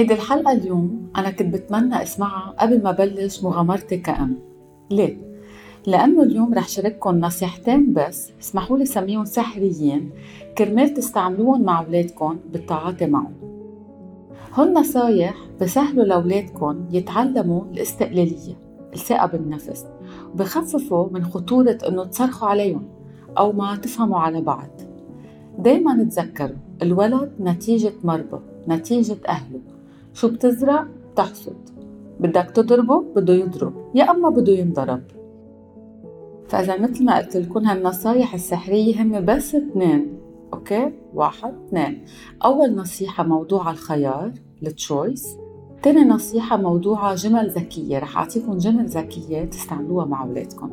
هيدي الحلقة اليوم أنا كنت بتمنى أسمعها قبل ما بلش مغامرتي كأم. ليه؟ لأنه اليوم رح شارككن نصيحتين بس اسمحوا لي سميهم سحريين كرمال تستعملوهم مع أولادكن بالتعاطي معهم. هون نصايح بسهلوا لأولادكن يتعلموا الاستقلالية، الثقة بالنفس، وبخففوا من خطورة إنه تصرخوا عليهم أو ما تفهموا على بعض. دايما تذكروا الولد نتيجة مربى، نتيجة أهله. شو بتزرع بتحصد، بدك تضربه بده يضرب يا أما بده ينضرب. فإذا مثل ما قلت لكم هالنصايح السحرية هم بس 2. أوكي؟ 1 2. أول نصيحة موضوع الخيار التشويس. تاني نصيحة موضوع جمل ذكية، رح أعطيكم جمل ذكية تستعملوها مع أولادكم.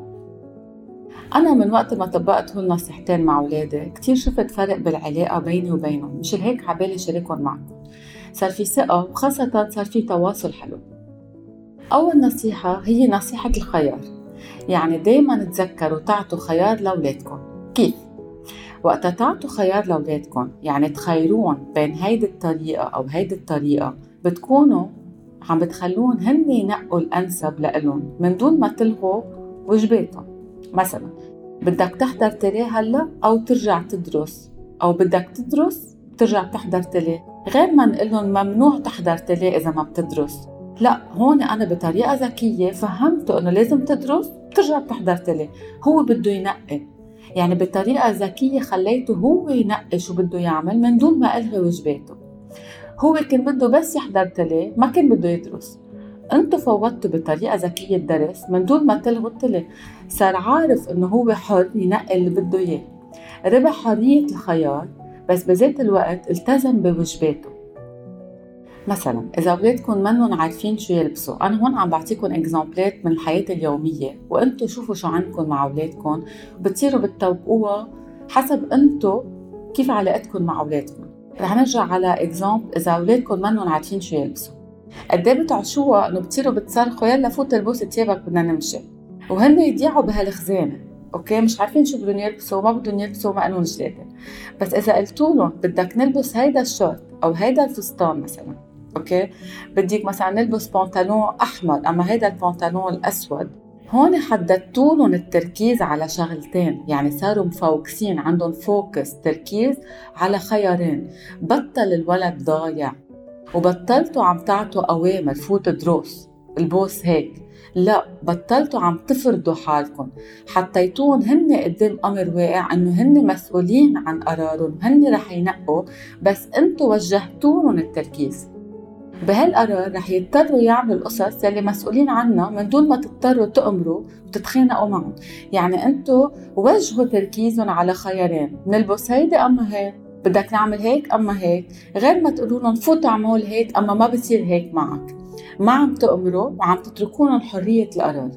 أنا من وقت ما طبقت هول نصيحتين مع أولادي كتير شفت فرق بالعلاقة بيني وبينهم، مش هيك عبالي شاركهم معكم. صار في ثقة وخاصة صار في تواصل حلو. أول نصيحة هي نصيحة الخيار، يعني دايما تذكروا تعطوا خيار لأولادكم. كيف؟ وقتا تعطوا خيار لأولادكم يعني تخيرون بين هيدي الطريقة أو هيدي الطريقة، بتكونوا عم بتخلون هن ينقوا الأنسب لإلهم من دون ما تلغوا وجباتهم. مثلا بدك تحضر تلي هلا أو ترجع تدرس، أو بدك تدرس ترجع تحضر تلي، غير ما نقلهم ممنوع تحضر تلي إذا ما بتدرس. لا، هون أنا بطريقة ذكية فهمته إنه لازم تدرس ترجع تحضر تلي. هو بده ينقي، يعني بطريقة ذكية خليته هو ينقي شو بده يعمل من دون ما ألغي وجباته. هو كان بده بس يحضر تلي، ما كان بده يدرس. انتو فوتوا بطريقة ذكية الدرس من دون ما تلغوا التلي. صار عارف انه هو حر ينقي اللي بده اياه، ربح حرية الخيار، بس بذات الوقت التزم بوجباته. مثلا اذا اولادكم منهم عارفين شو يلبسوا، انا هون عم بعطيكم اكزامبلات من الحياة اليومية، وانتو شوفوا شو عندكم مع اولادكم بتصيروا بتطبقوها حسب انتو كيف علاقتكم مع اولادكم. رح نرجع على اكزامبل، اذا اولادكم منهم عارفين شو يلبسوا قديه بتعشوها انه بتصيروا بتصرخوا يلا فوت البس ثيابك بدنا نمشي، وهن يضيعوا بهالخزانه. اوكي، مش عارفين شو بدهم يلبسوا وما بدهم يلبسوا وما قالوا جديده. بس اذا قلتوا لهم بدك نلبس هيدا الشورت او هيدا الفستان مثلا، اوكي بدك مثلا نلبس بنطلون احمر اما هيدا البنطلون الاسود، هون حددتوا لهم التركيز على شغلتين، يعني صاروا مفوكسين، عندهم فوكس تركيز على خيارين. بطل الولد ضايع، وبطلتوا عم تعطوا أوامر فوت دروس البوس هيك، لا بطلتوا عم تفرضوا حالكم، حطيتون هن قدام أمر واقع انه هن مسؤولين عن قرارهم، هن رح ينقوا، بس انتوا وجهتوهم التركيز بهالقرار. رح يضطروا يعملوا القصص يلي مسؤولين عنها من دون ما تضطروا تأمروا وتتخانقوا معهم. يعني انتوا وجهوا تركيزهم على خيارين، نلبس هيدي أما هيك، بدك نعمل هيك أما هيك، غير ما تقولوا لهم فوتوا اعملوا هيك أما ما بصير هيك معك. ما عم تأمروا وعم تتركونهم حرية القرار.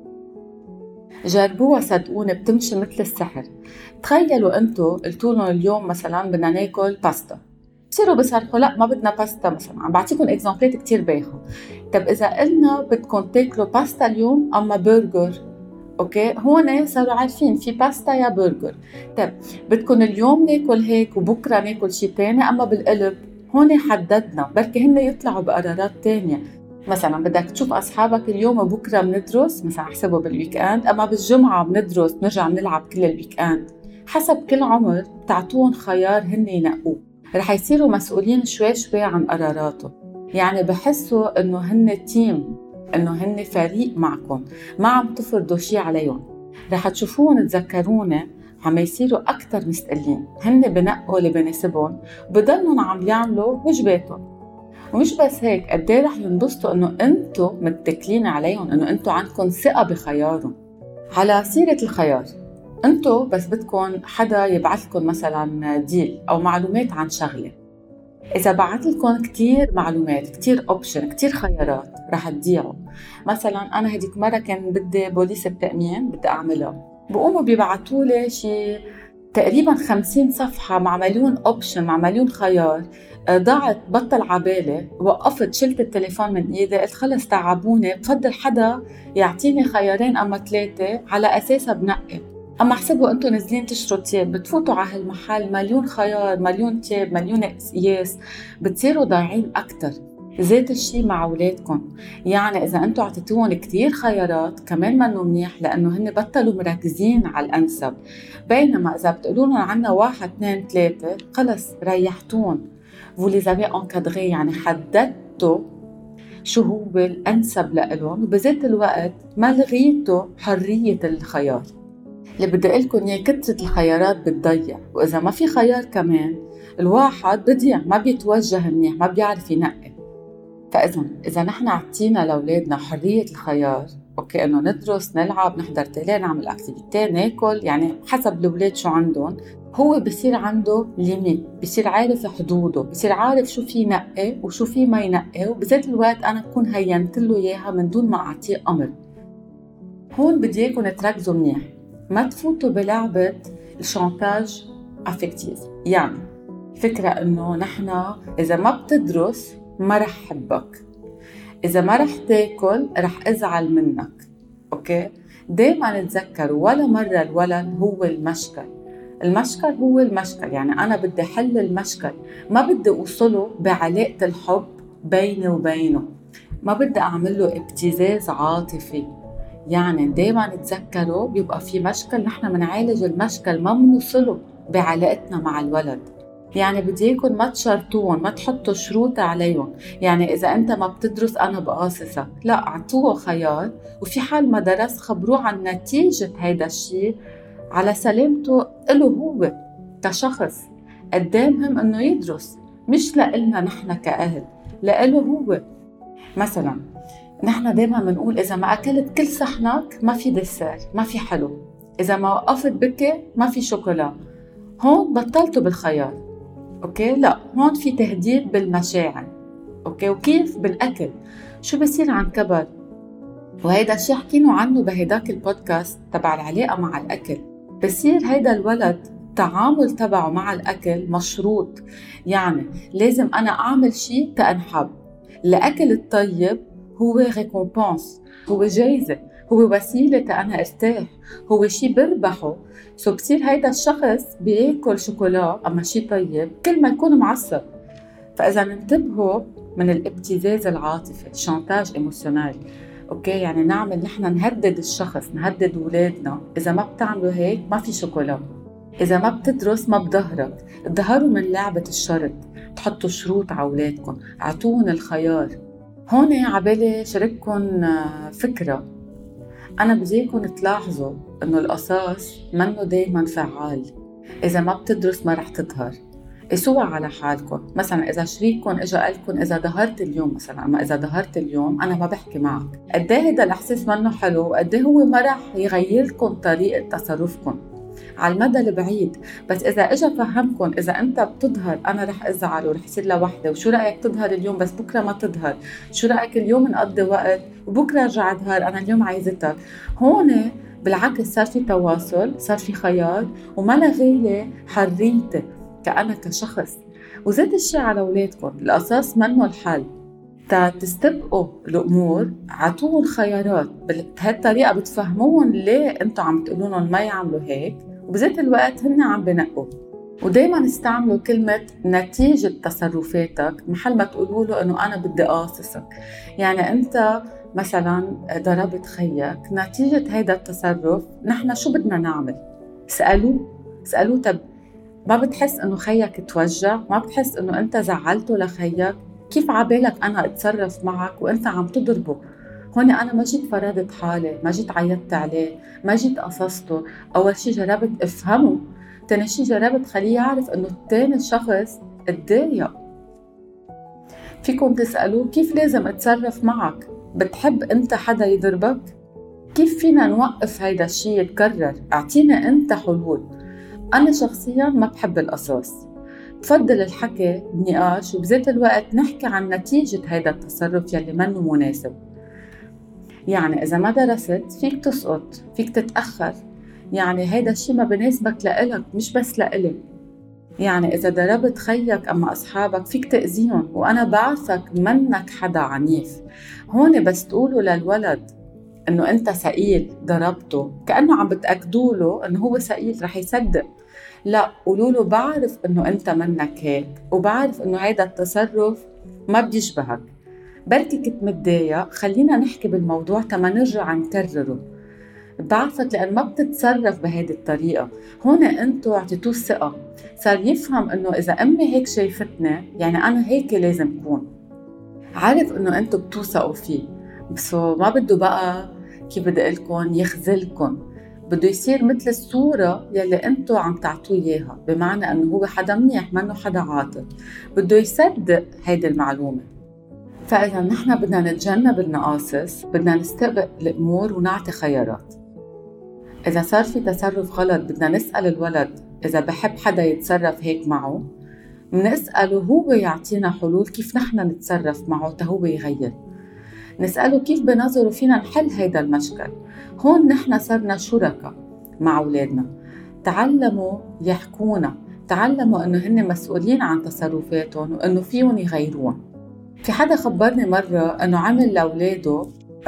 جربوها صدقوني بتمشي مثل السحر. تخيلوا انتوا قلتوا لهم اليوم مثلا بدنا ناكل باستا، بصيروا بيصرخوا لا ما بدنا باستا مثلا. عم بعطيكم اكزامبلات كتير بايخة. طب إذا قلنا بدكم تاكلوا باستا اليوم أما برجر، اوكي هون صاروا عارفين في باستا يا برجر. طب بدكم اليوم ناكل هيك وبكره ناكل شي تاني اما بالقلب، هون حددنا، بركي هن يطلعوا بقرارات تانية. مثلا بدك تشوف اصحابك اليوم وبكره بندرس مثلا، احسبوا بالويك اند، اما بالجمعه بندرس نرجع نلعب كل الويك اند. حسب كل عمر بتعطوهم خيار هن ينقوه، رح يصيروا مسؤولين شوي شوي عن قراراته. يعني بحسوا انه هن تيم، انه هن فريق معكم، ما عم تفرضوا شي عليهم. رح تشوفون تذكروني عم يصيروا اكثر مستقلين، هن بنقوا اللي بناسبهم وبضلهم عم يعملوا وجباتهم. ومش بس هيك، قديه رح ينبسطوا انه انتو متكلين عليهم، انه انتو عندكم ثقة بخيارهم. على سيرة الخيار، انتو بس بدكم حدا يبعث لكم مثلا ديل او معلومات عن شغلة، إذا بعت لكم كتير معلومات، كتير أوبشن، كتير خيارات، رح تضيعوا. مثلا أنا هديك مرة كان بدي بوليس التأمين بدي أعملها، بقوموا بيبعتوا لي شي تقريبا 50 صفحة مع مليون أوبشن، مع مليون خيار. ضاعت، بطل عبالي، وقفت، شلت التليفون من إيدي، قلت خلص تعبوني، بفضل حدا يعطيني خيارين أما 3 على أساسها بنقي. أما حسبوا أنتوا نازلين تشتروا تياب، بتفوتوا على هالمحل مليون خيار، مليون تياب، مليون قياس، بتصيروا ضايعين أكتر. ذات الشي مع أولادكم. يعني إذا أنتوا عطيتوهم كتير خيارات كمان منه منيح، لأنه هن بطلوا مركزين على الأنسب. بينما إذا بتقولون عنا 1 2 3 خلص ريحتون. vous les avez encadrés، يعني حددتوا شو هو الأنسب لإلهم، وبذات الوقت ما لغيتوا حرية الخيار. اللي بدي أقولكم إياه كترة الخيارات بتضيع، وإذا ما في خيار كمان الواحد بضيع، ما بيتوجه منيح، ما بيعرف ينقي. فإذا نحن عطينا لأولادنا حرية الخيار، أوكي، إنه ندرس، نلعب، نحضر تيلي، نعمل أكتيفيتي، ناكل، يعني حسب الأولاد شو عندهم، هو بصير عنده ليميت، بصير عارف حدوده، بصير عارف شو في ينقي وشو في ما ينقي، وبذات الوقت أنا بكون هينت له إياها من دون ما أعطيه أمر. هون بدي إياكم تركزوا منيح، ما تفوتوا بلعبة الشانتاج أفكتيف. يعني فكرة إنه نحن إذا ما بتدرس ما رح حبك، إذا ما رح تاكل رح أزعل منك. أوكي، دايما نتذكروا ولا مرة الولد هو المشكل. المشكل هو المشكل، يعني أنا بدي حل المشكل، ما بدي أوصله بعلاقة الحب بيني وبينه، ما بدي أعمل له ابتزاز عاطفي. يعني دايما نتذكروا بيبقى في مشكل، نحن منعالج المشكل، ما منوصله بعلاقتنا مع الولد. يعني بدي اياكم ما تشرطوهم، ما تحطوا شروط عليهم. يعني إذا أنت ما بتدرس أنا بقاصصك، لا، عطوه خيار، وفي حال ما درس خبروه عن نتيجة هيدا الشيء على سلامته إله هو كشخص. قدامهم إنه يدرس، مش لإلنا نحن كأهل، لإله هو. مثلا نحن دايما بنقول إذا ما أكلت كل صحنك ما في دسر، ما في حلو. إذا ما وقفت بكي ما في شوكولا. هون بطلتوا بالخيار، أوكي؟ لا، هون في تهديد بالمشاعر. أوكي، وكيف بالأكل؟ شو بصير عن كبر؟ وهيدا الشيء حكينو عنه بهيداك البودكاست تبع العلاقة مع الأكل. بصير هيدا الولد التعامل تبعه مع الأكل مشروط، يعني لازم أنا أعمل شيء تأنحب. الأكل الطيب هو ريكومبانس، هو جايزة، هو وسيلة أنا ارتاح، هو شيء بربحه. بصير هيدا الشخص بياكل شوكولا أما شيء طيب كل ما يكون معصب. فإذا ننتبهوا من الابتزاز العاطفي، شانتاج إيموشنال، أوكي، يعني نعمل نحن نهدد الشخص، نهدد أولادنا، إذا ما بتعملوا هيك ما في شوكولا، إذا ما بتدرس ما بظهرك. تظهروا من لعبة الشرط، تحطوا شروط على أولادكم، عطوهم الخيار. هون عبالي شارككم فكرة. أنا بديكم تلاحظوا إنه القصاص منه دايما فعال. إذا ما بتدرس ما رح تظهر. قيسوها على حالكم. مثلا إذا شريككم إجا قالكم إذا ظهرت اليوم، مثلا أما إذا ظهرت اليوم أنا ما بحكي معك، قد إيه هيدا الإحساس منه حلو، وقد إيه هو ما رح يغير لكم طريقة تصرفكم على المدى البعيد. بس إذا إجا فهمكم إذا أنت بتظهر أنا رح أزعل ورح يصير لوحدة، وشو رأيك تظهر اليوم بس بكرة ما تظهر، شو رأيك اليوم نقضي وقت وبكرة رجع أظهر، أنا اليوم عايزتك. هون بالعكس صار في تواصل، صار في خيار، وما لغيلي حريتي كأنا كشخص. وزاد الشيء على أولادكم، القصاص منه الحل. تستبقوا الأمور عطوهم خيارات، بهالطريقة بتفهموهم ليه أنتوا عم تقولونهم ما يعملوا هيك، وبذات الوقت هن عم بنقوا. ودايما استعملوا كلمة نتيجة تصرفاتك محل ما تقولوا له أنه أنا بدي قاصصك. يعني أنت مثلا ضربت خيك، نتيجة هيدا التصرف نحن شو بدنا نعمل؟ اسألوه طب ما بتحس أنه خيك توجع؟ ما بتحس أنه أنت زعلته لخيك؟ كيف عبالك أنا أتصرف معك وأنت عم تضربه؟ هون أنا ما جيت فرضت حالي، ما جيت عيطت عليه، ما جيت قصصته. أول شي جربت أفهمه، تاني شي جربت خليه يعرف أنه التاني شخص اتضايق. فيكم تسألوه كيف لازم أتصرف معك؟ بتحب أنت حدا يضربك؟ كيف فينا نوقف هيدا الشي يتكرر؟ أعطيني أنت حلول. أنا شخصياً ما بحب القصاص، بفضل الحكي النقاش، وبذات الوقت نحكي عن نتيجة هيدا التصرف يلي منه مناسب. يعني إذا ما درست فيك تسقط، فيك تتأخر، يعني هيدا الشي ما بناسبك لإلك مش بس لإلي. يعني إذا ضربت خيك أما أصحابك فيك تأذيهم، وأنا بعرفك منك حدا عنيف. هون بس تقولوا للولد إنه أنت سئيل ضربته كأنه عم بتأكدوله إنه هو سئيل رح يصدق. لا، قولوله بعرف إنه أنت منك هيك، وبعرف إنه هيدا التصرف ما بيشبهك، بركي كنت متضايق، خلينا نحكي بالموضوع تما نرجع نكرره. ضعفت لأن ما بتتصرف بهذه الطريقة. هون انتو اعطيتوه ثقة، صار يفهم انه اذا امي هيك شايفتني يعني انا هيك لازم اكون. عارف انه انتو بتوثقوا فيه، بس ما بده بقى كيف بدي اقلكن يخذلكن، بده يصير مثل الصورة يلي انتو عم تعطوه اياها، بمعنى انه هو حدا منيح منه حدا عاطل، بده يصدق هيدي المعلومة. فإذا نحن بدنا نتجنب النقاصص، بدنا نستقبل الأمور ونعطي خيارات. إذا صار في تصرف غلط بدنا نسأل الولد إذا بحب حدا يتصرف هيك معه، بنسأله هو يعطينا حلول كيف نحن نتصرف معه هو يغير. نسأله كيف بنظره فينا نحل هيدا المشكل. هون نحن صرنا شركاء مع أولادنا، تعلموا يحكونا، تعلموا إنه هن مسؤولين عن تصرفاتهم وإنه فيهم يغيرون. في حدا خبرني مرة إنه عمل لأولاده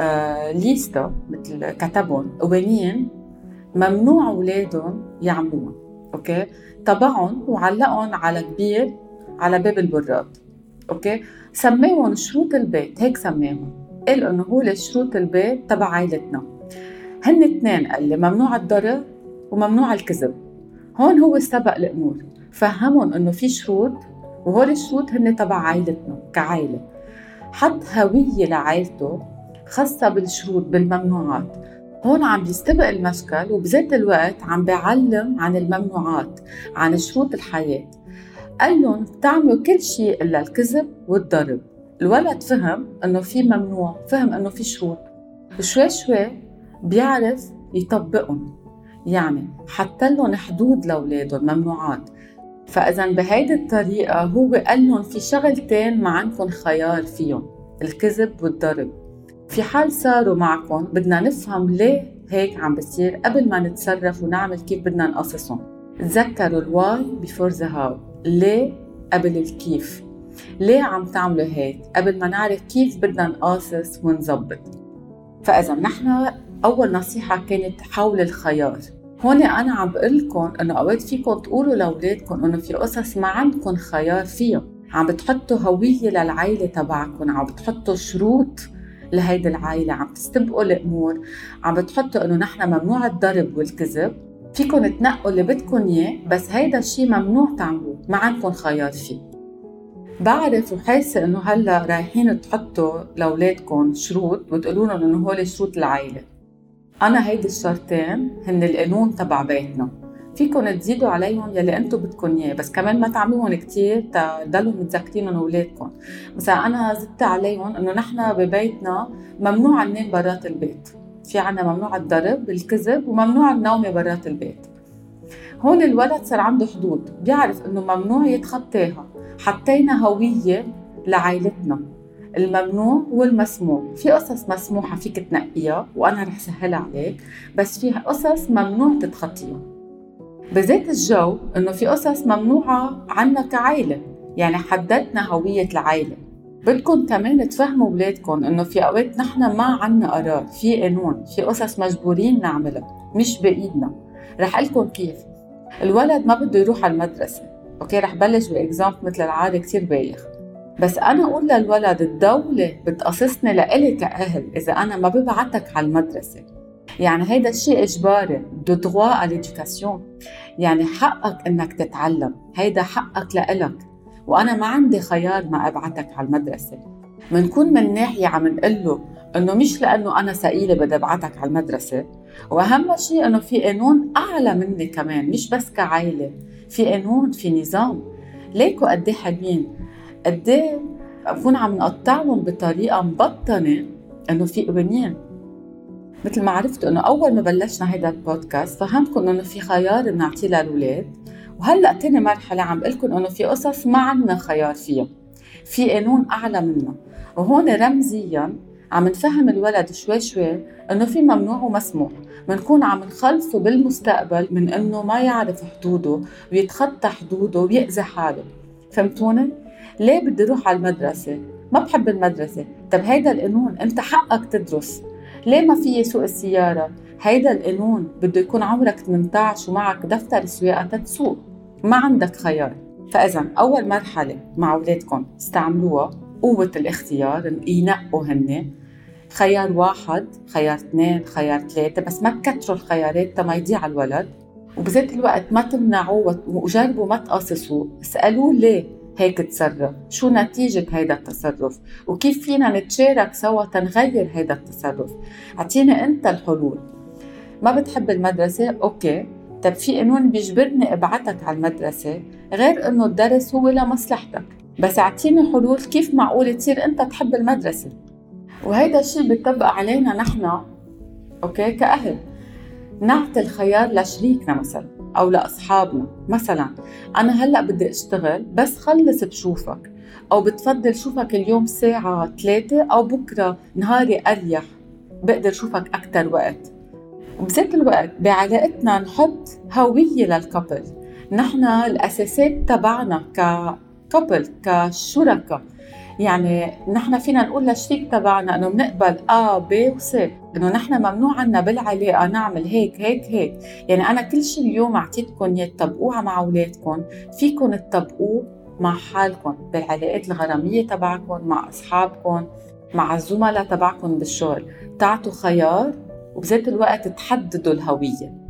ليستا، مثل كتبهم قوانين ممنوع أولادهم يعملوها، أوكي؟ طبعهم وعلقهم على كبير على باب البراد، أوكي؟ سماهم شروط البيت، هيك سماهم، قال إنه هو شروط البيت تبع عائلتنا. هن اثنين، قال لي ممنوع الضرب وممنوع الكذب. هون هو سبق الأمور، فهمهم إنه في شروط وهول الشروط هن تبع عائلتنا كعائلة. حط هوية لعائلته خاصة بالشروط بالممنوعات. هون عم بيستبق المشكل وبذات الوقت عم بيعلم عن الممنوعات، عن شروط الحياة. قال لهم بتعملوا كل شيء إلا الكذب والضرب. الولد فهم إنه في ممنوع، فهم إنه في شروط، وشوي شوي بيعرف يطبقهم. يعني حط لهم حدود لأولادهم، ممنوعات. فإذا بهيدي الطريقة هو قال لهم في شغلتين ما عندكم خيار فيهم، الكذب والضرب. في حال صاروا معكم بدنا نفهم ليه هيك عم بصير قبل ما نتصرف ونعمل كيف بدنا نقصصهم. تذكروا الواي بيفور ذا هاو، ليه قبل الكيف. ليه عم تعملوا هيك قبل ما نعرف كيف بدنا نقاصص ونظبط. فإذا نحن أول نصيحة كانت حول الخيار. هون أنا عم بقولكم إنه أوقات فيكم تقولوا لأولادكم إنه في قصص ما عندكم خيار فيها، عم بتحطوا هوية للعائلة تبعكم، عم بتحطوا شروط لهيدي العائلة، عم تستبقوا الأمور، عم بتحطوا إنه نحن ممنوع الضرب والكذب، فيكم تنقوا اللي بدكم إياه، بس هيدا الشيء ممنوع تعملوه، ما عندكم خيار فيه. بعرف وحاسة إنه هلا رايحين تحطوا لأولادكم شروط وتقولوا لهم إنه هول شروط العائلة. أنا هيدي الشرطين هن القانون تبع بيتنا، فيكم تزيدوا عليهم يلي أنتم بدكم إياه، بس كمان ما تعملوهم كتير تضلوا متذكرينهم أولادكم. مثلا أنا زدت عليهم إنه نحن ببيتنا ممنوع ننام برات البيت، في عنا ممنوع الضرب، الكذب، وممنوع النوم برات البيت. هون الولد صار عنده حدود، بيعرف إنه ممنوع يتخطاها. حطينا هوية لعائلتنا، الممنوع والمسموح. في قصص مسموحة فيك تنقيها وأنا رح سهل عليك، بس في قصص ممنوع تتخطيها. بذات الجو إنه في قصص ممنوعة عنا كعائلة، يعني حددنا هوية العائلة. بدكم كمان تفهموا ولادكم إنه في أوقات نحن ما عنا قرار، في قانون، في قصص مجبورين نعملها مش بإيدنا. رح أقلكم كيف. الولد ما بده يروح على المدرسة، أوكي، رح بلش بإكزامبل مثل العادة كتير بايخ، بس أنا أقول للولد الدولة بتقصصني لإلي كأهل إذا أنا ما ببعتك على المدرسة. يعني هيدا الشيء إجباري، دو droit à l'éducation، يعني حقك إنك تتعلم، هيدا حقك لإلك، وأنا ما عندي خيار ما أبعتك على المدرسة. منكون من ناحية عم نقله إنه مش لأنه أنا ثقيلة بدي أبعتك على المدرسة، وأهم شيء إنه في قانون أعلى مني كمان، مش بس كعائلة، في قانون، في نظام. ليكوا قديه حلوين، قديه بكون عم نقطعهم بطريقة مبطنة إنه في قوانين. مثل ما عرفتوا إنه أول ما بلشنا هيدا البودكاست فهمتكم إنه في خيار بنعطيه للأولاد، وهلأ تاني مرحلة عم بقلكم إنه في قصص ما عنا خيار فيها، في قانون أعلى منا. وهون رمزياً عم نفهم الولد شوي شوي إنه في ممنوع ومسموح، منكون عم نخلصه بالمستقبل من إنه ما يعرف حدوده ويتخطى حدوده ويأذي حاله. فهمتوني؟ ليه بدي روح على المدرسة؟ ما بحب المدرسة. طب هيدا القانون، انت حقك تدرس. ليه ما فيي سوق السيارة؟ هيدا القانون، بده يكون عمرك 18 ومعك دفتر سواقة تتسوق، ما عندك خيار. فإذا أول مرحلة مع أولادكم استعملوها، قوة الاختيار، ينقوا هن خيار 1 خيار 2 خيار 3، بس ما تكتروا الخيارات تما يضيع الولد. وبذات الوقت ما تمنعوه وجربوا ما تقاصصوا، اسألوه ليه هيك تصرف، شو نتيجة هيدا التصرف، وكيف فينا نتشارك سوا تنغير هيدا التصرف. اعطيني انت الحلول. ما بتحب المدرسة؟ اوكي، طب في قانون بيجبرني ابعتك على المدرسة غير انه الدرس هو لمصلحتك، بس اعطيني حلول كيف معقول تصير انت تحب المدرسة. وهيدا الشيء بيطبق علينا نحن اوكي كأهل، نعطي الخيار لشريكنا مثلا او لاصحابنا. مثلا انا هلا بدي اشتغل بس خلص بشوفك، او بتفضل شوفك اليوم ساعة 3 او بكرة نهاري اريح بقدر شوفك اكتر وقت. وبذات الوقت بعلاقتنا نحط هوية للكابل، نحن الاساسات تبعنا ككابل كشركة. يعني نحن فينا نقول للشريك تبعنا انه بنقبل ب وC، انه نحن ممنوع عنا بالعلاقه نعمل هيك هيك هيك. يعني انا كل شيء اليوم اعطيتكم اياه تطبقوه مع اولادكم، فيكم تطبقوه مع حالكم بالعلاقات الغراميه تبعكم، مع اصحابكم، مع الزملاء تبعكم بالشغل. تعطوا خيار وبذات الوقت تحددوا الهويه.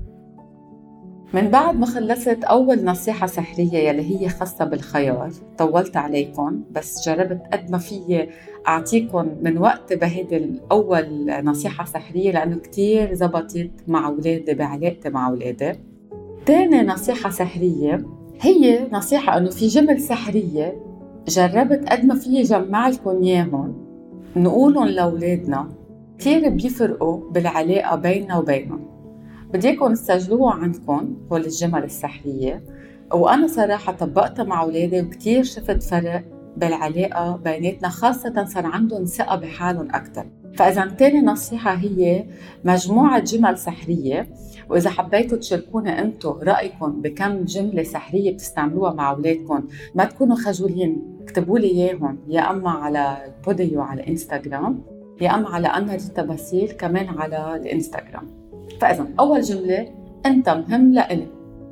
من بعد ما خلصت أول نصيحة سحرية يلي هي خاصة بالخيار، طولت عليكم بس جربت قد ما فيي أعطيكم من وقت بهيدي الأول نصيحة سحرية لأنه كتير زبطت مع أولادي بعلاقتي مع أولادي. تاني نصيحة سحرية هي نصيحة أنه في جمل سحرية جربت قد ما فيي جمع لكم ياهن نقولهم لأولادنا، كتير بيفرقوا بالعلاقة بيننا وبينهم. بدي اياكم تسجلوها عندكم هول الجمل السحرية، وأنا صراحة طبقتها مع أولادي وكتير شفت فرق بالعلاقة بيناتنا، خاصة صار عندهم ثقة بحالهم أكتر. فإذا تاني نصيحة هي مجموعة جمل سحرية، وإذا حبيتوا تشاركونا أنتو رأيكم بكم جملة سحرية بتستعملوها مع أولادكم ما تكونوا خجولين، اكتبوا لي إياهم يا أما على البوديو على إنستغرام يا أما على أنا ريتا باسيل كمان على الإنستغرام. فإذا أول جملة، أنت مهم لإلي،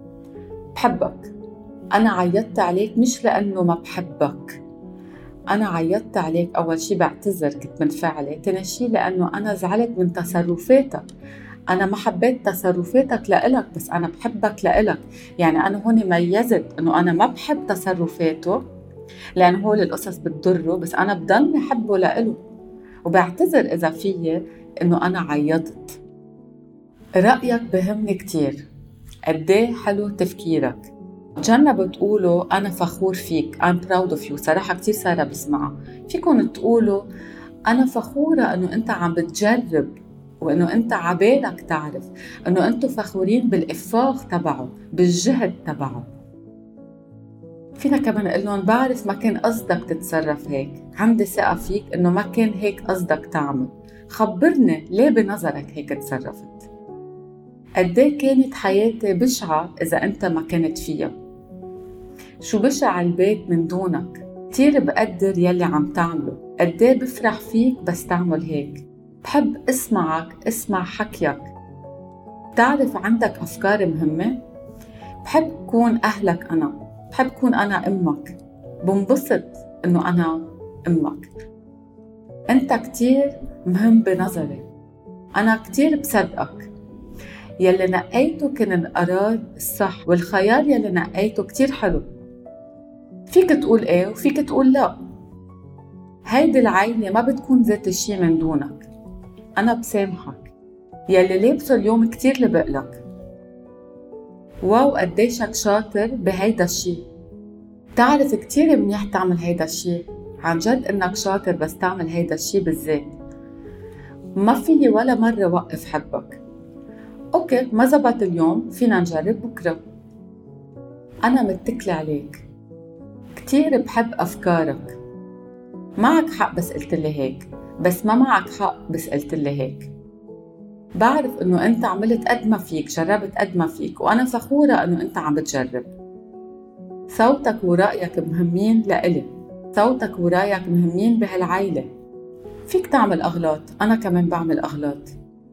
بحبك. أنا عيطت عليك مش لأنه ما بحبك، أنا عيطت عليك أول شي بعتذر كنت منفعلة، تاني شي لأنه أنا زعلت من تصرفاتك، أنا ما حبيت تصرفاتك لإلك بس أنا بحبك لإلك. يعني أنا هون ميزت أنه أنا ما بحب تصرفاته لأن هول القصص بتضره، بس أنا بضلني حبه لإله وبعتذر إذا فيي أنه أنا عيطت. رأيك بهمني كتير، قديه حلو تفكيرك. تجنبوا تقولوا أنا فخور فيك I'm proud of you، صراحة كتير سارة بسمعها. فيكم تقولوا أنا فخورة أنه أنت عم بتجرب وأنه أنت عبالك تعرف، أنه أنتوا فخورين بالإفاق تبعه بالجهد تبعه. فينا كمان نقول لهم بعرف ما كان قصدك تتصرف هيك، عندي ثقة فيك أنه ما كان هيك قصدك تعمل، خبرني ليه بنظرك هيك تصرفت. قديه كانت حياتي بشعة إذا أنت ما كنت فيها، شو بشع البيت من دونك، كتير بقدر يلي عم تعمله، قديه بفرح فيك بس تعمل هيك، بحب اسمعك اسمع حكيك، تعرف عندك أفكار مهمة، بحب كون أهلك، أنا بحب كون أنا أمك، بنبسط إنه أنا أمك، أنت كتير مهم بنظري، أنا كتير بصدقك، يلي نقيته كان القرار الصح والخيار يلي نقيته كتير حلو. فيك تقول ايه وفيك تقول لا، هيدي العيلة ما بتكون ذات الشي من دونك، أنا بسامحك، يلي لابسه اليوم كتير لبقلك، واو قديشك شاطر بهيدا الشي، تعرف كتير منيح تعمل هيدا الشي، عن جد إنك شاطر بس تعمل هيدا الشي بالذات، ما فيي ولا مرة وقف حبك، أوكي ما زبط اليوم فينا نجرب بكرة، أنا متكلة عليك، كتير بحب أفكارك، معك حق بس قلتلي هيك، بس ما معك حق بس قلتلي هيك، بعرف إنه أنت عملت قد ما فيك، جربت قد ما فيك، وأنا فخورة إنه أنت عم بتجرب. صوتك ورأيك مهمين لإلي، صوتك ورأيك مهمين بهالعيلة، فيك تعمل أغلاط، أنا كمان بعمل أغلاط،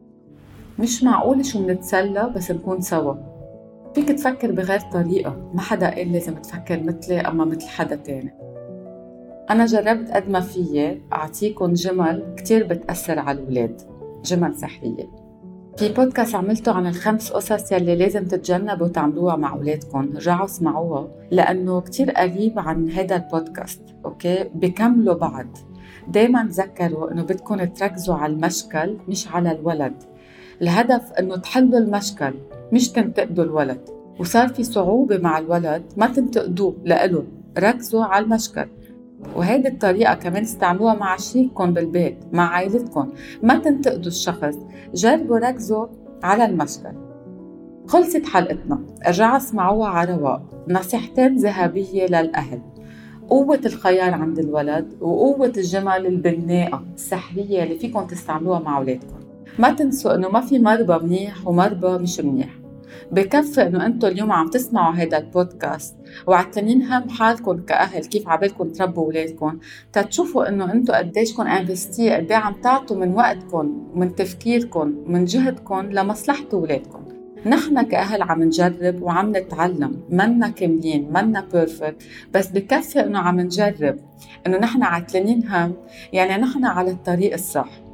مش معقول شو منتسلى بس نكون سوا، فيك تفكر بغير طريقة، ما حدا قال لازم تفكر مثلي أما مثل حدا تاني، أنا جربت قد ما فيي أعطيكم جمل كتير بتأثر على الولاد، جمل سحرية. في بودكاست عملته عن 5 قصص يلي لازم تتجنبوا تعملوها مع أولادكم، رجعوا اسمعوها لأنه كتير قريب عن هذا البودكاست. أوكي، بيكملوا بعض. دايما تذكروا أنه بدكم تركزوا على المشكل مش على الولد. الهدف أنه تحلوا المشكل مش تنتقدوا الولد. وصار في صعوبة مع الولد ما تنتقدوه لإله، ركزوا على المشكل. وهيدي الطريقة كمان استعملوها مع شريككم بالبيت، مع عائلتكم. ما تنتقدوا الشخص، جربوا ركزوا على المشكل. خلصت حلقتنا، ارجعوا اسمعوها على رواق. نصيحتين ذهبية للأهل: قوة الخيار عند الولد، وقوة الجمل البناءة السحرية اللي فيكم تستعملوها مع أولادكم. ما تنسوا إنه ما في مربى منيح ومربى مش منيح. بكفي إنه أنتوا اليوم عم تسمعوا هذا البودكاست وعتنين هم حالكم كأهل كيف عبالكم تربوا أولادكم، تتشوفوا إنه أنتوا قديش كون انفستي، قديه عم تعطوا من وقتكم ومن تفكيركم ومن جهدكم لمصلحة أولادكم. نحن كأهل عم نجرب وعم نتعلم، منا كاملين، منا بيرفكت، بس بكفي إنه عم نجرب، إنه نحن عتلانين هم، يعني نحن على الطريق الصح.